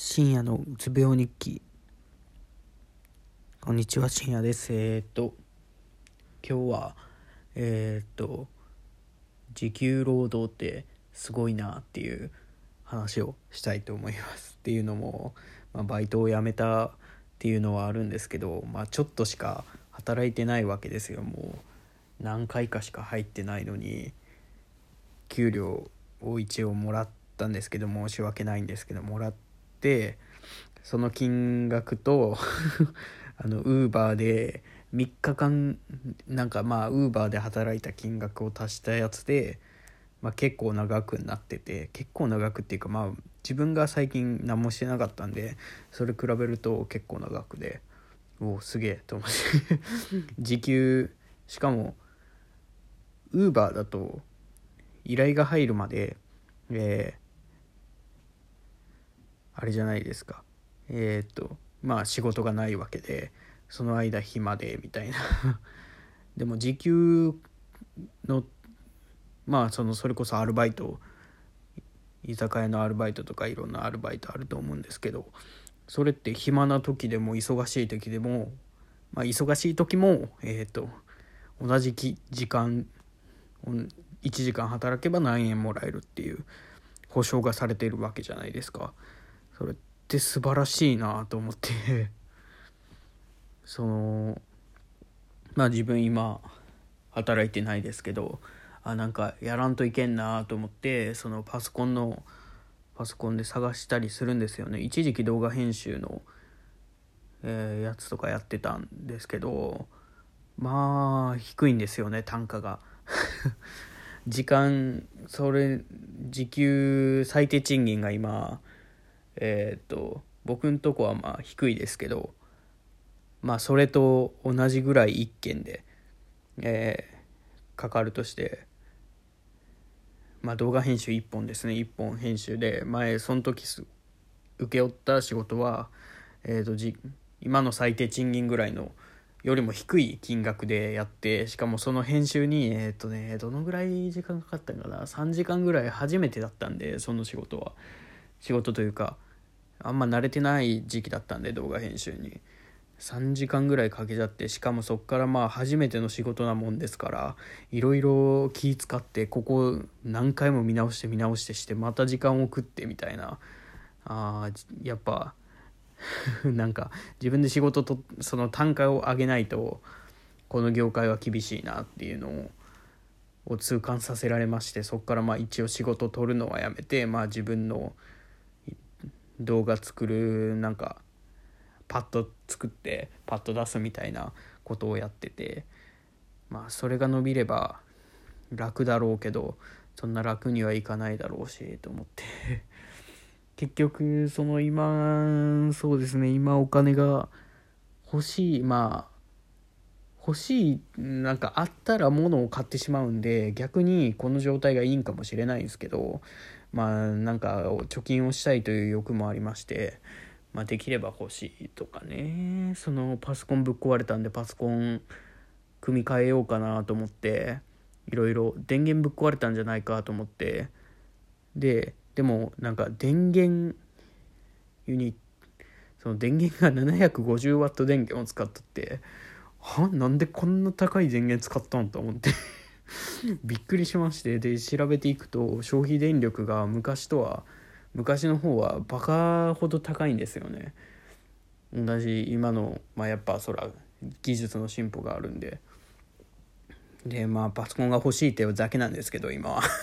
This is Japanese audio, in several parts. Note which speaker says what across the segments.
Speaker 1: 深夜のうつ病日記。こんにちは、深夜です。今日は時給労働ってすごいなっていう話をしたいと思います。っていうのも、バイトを辞めたっていうのはあるんですけど、ちょっとしか働いてないわけですよ。もう何回かしか入ってないのに、給料を一応もらったんですけど、申し訳ないんですけどもらって、その金額とウーバーで3日間ウーバーで働いた金額を足したやつで、結構長くなってて、結構長くっていうか、自分が最近何もしてなかったんで、それ比べると結構長くで、すげえと思って時給、しかもウーバーだと依頼が入るまで、あれじゃないですか、仕事がないわけで、その間暇でみたいなでも時給のそれこそアルバイト、居酒屋のアルバイトとかいろんなアルバイトあると思うんですけど、それって暇な時でも忙しい時でも、忙しい時も同じ時間1時間働けば何円もらえるっていう保証がされているわけじゃないですか。それって素晴らしいなと思って自分今働いてないですけど、なんかやらんといけんなと思って、そのパソコンで探したりするんですよね。一時期動画編集の、やつとかやってたんですけど、低いんですよね、単価が時給最低賃金が今僕んとこは低いですけど、それと同じぐらい1件で、かかるとして、動画編集1本ですね。1本編集でその時請け負った仕事は、今の最低賃金ぐらいのよりも低い金額でやって、しかもその編集にどのぐらい時間かかったのかな、3時間ぐらい初めてだったんで、その仕事というかあんま慣れてない時期だったんで、動画編集に3時間ぐらいかけちゃって、しかもそっから初めての仕事なもんですから、いろいろ気使って、ここ何回も見直してして、また時間を食ってみたいな。やっぱなんか自分で仕事とその単価を上げないとこの業界は厳しいなっていうのを痛感させられまして、そこから一応仕事取るのはやめて、自分の動画作るパッと作ってパッと出すみたいなことをやってて、それが伸びれば楽だろうけど、そんな楽にはいかないだろうしと思って結局そうですね、今お金が欲しい、あったら物を買ってしまうんで、逆にこの状態がいいんかもしれないんですけど、貯金をしたいという欲もありまして、できれば欲しいとかね。そのパソコンぶっ壊れたんで、パソコン組み替えようかなと思って、いろいろ電源ぶっ壊れたんじゃないかと思って、でも電源ユニその電源が 750W 電源を使っとって、なんでこんな高い電源使ったんと思ってびっくりしまして、で調べていくと、消費電力が昔の方はバカほど高いんですよね。同じ今のやっぱ技術の進歩があるんで、パソコンが欲しいっていうだけなんですけど今は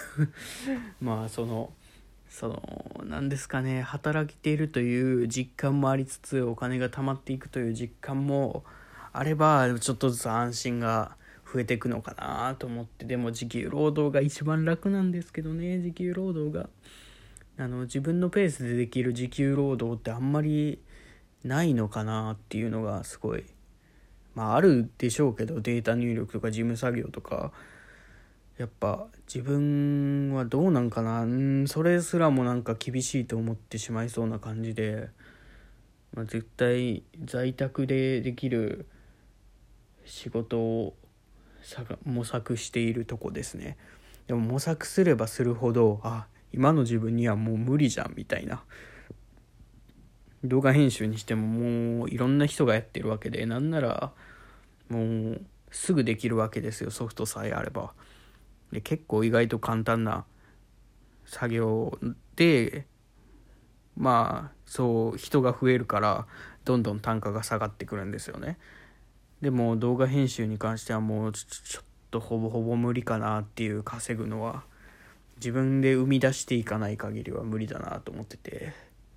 Speaker 1: なんですかね、働いているという実感もありつつ、お金が貯まっていくという実感もあれば、ちょっとずつ安心が増えていくのかなと思って。でも時給労働が一番楽なんですけどね。時給労働が自分のペースでできる時給労働ってあんまりないのかなっていうのがすごい、あるでしょうけど、データ入力とか事務作業とか、やっぱ自分はどうなんかな、それすらも厳しいと思ってしまいそうな感じで、絶対在宅でできる仕事を模索しているとこですね。でも模索すればするほど、今の自分にはもう無理じゃんみたいな動画編集にしてももういろんな人がやってるわけで、なんならもうすぐできるわけですよ、ソフトさえあれば。で結構意外と簡単な作業で、まあそう人が増えるからどんどん単価が下がってくるんですよね。でも動画編集に関してはもうちょっとほぼほぼ無理かなっていう、稼ぐのは自分で生み出していかない限りは無理だなと思ってて、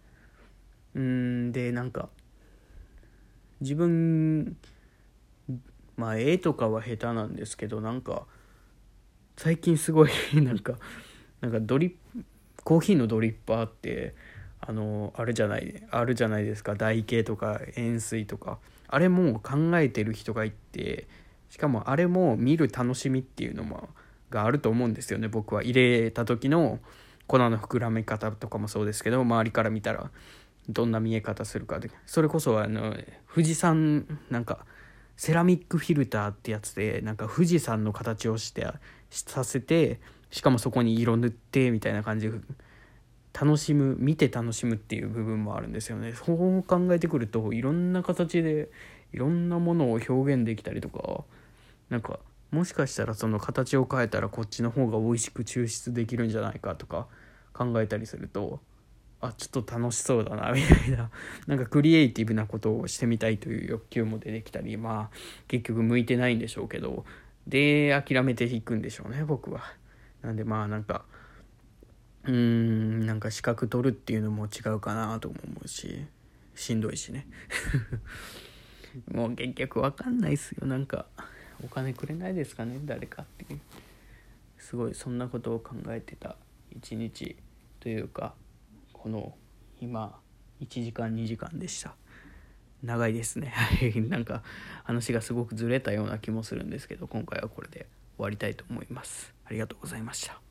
Speaker 1: でなんか自分、まあ絵とかは下手なんですけど、なんか最近すごいなんかコーヒーのドリッパーってあるじゃないですか、台形とか円錐とか、あれも考えてる人がいて、しかもあれも見る楽しみっていうのもがあると思うんですよね。僕は入れた時の粉の膨らみ方とかもそうですけど、周りから見たらどんな見え方するかで、それこそ富士山なんかセラミックフィルターってやつでなんか富士山の形をさせて、しかもそこに色塗ってみたいな感じで見て楽しむっていう部分もあるんですよね。そう考えてくるといろんな形でいろんなものを表現できたりとか、なんかもしかしたらその形を変えたらこっちの方が美味しく抽出できるんじゃないかとか考えたりすると、ちょっと楽しそうだなみたいな、なんかクリエイティブなことをしてみたいという欲求も出てきたり、まあ結局向いてないんでしょうけど、で諦めていくんでしょうね、僕は。なんでまあなんかなんか資格取るっていうのも違うかなとも思うし、しんどいしねもう結局わかんないっすよ。なんかお金くれないですかね、誰かっていう、すごいそんなことを考えてた一日というか、この今1時間2時間でした。長いですねなんか話がすごくずれたような気もするんですけど、今回はこれで終わりたいと思います。ありがとうございました。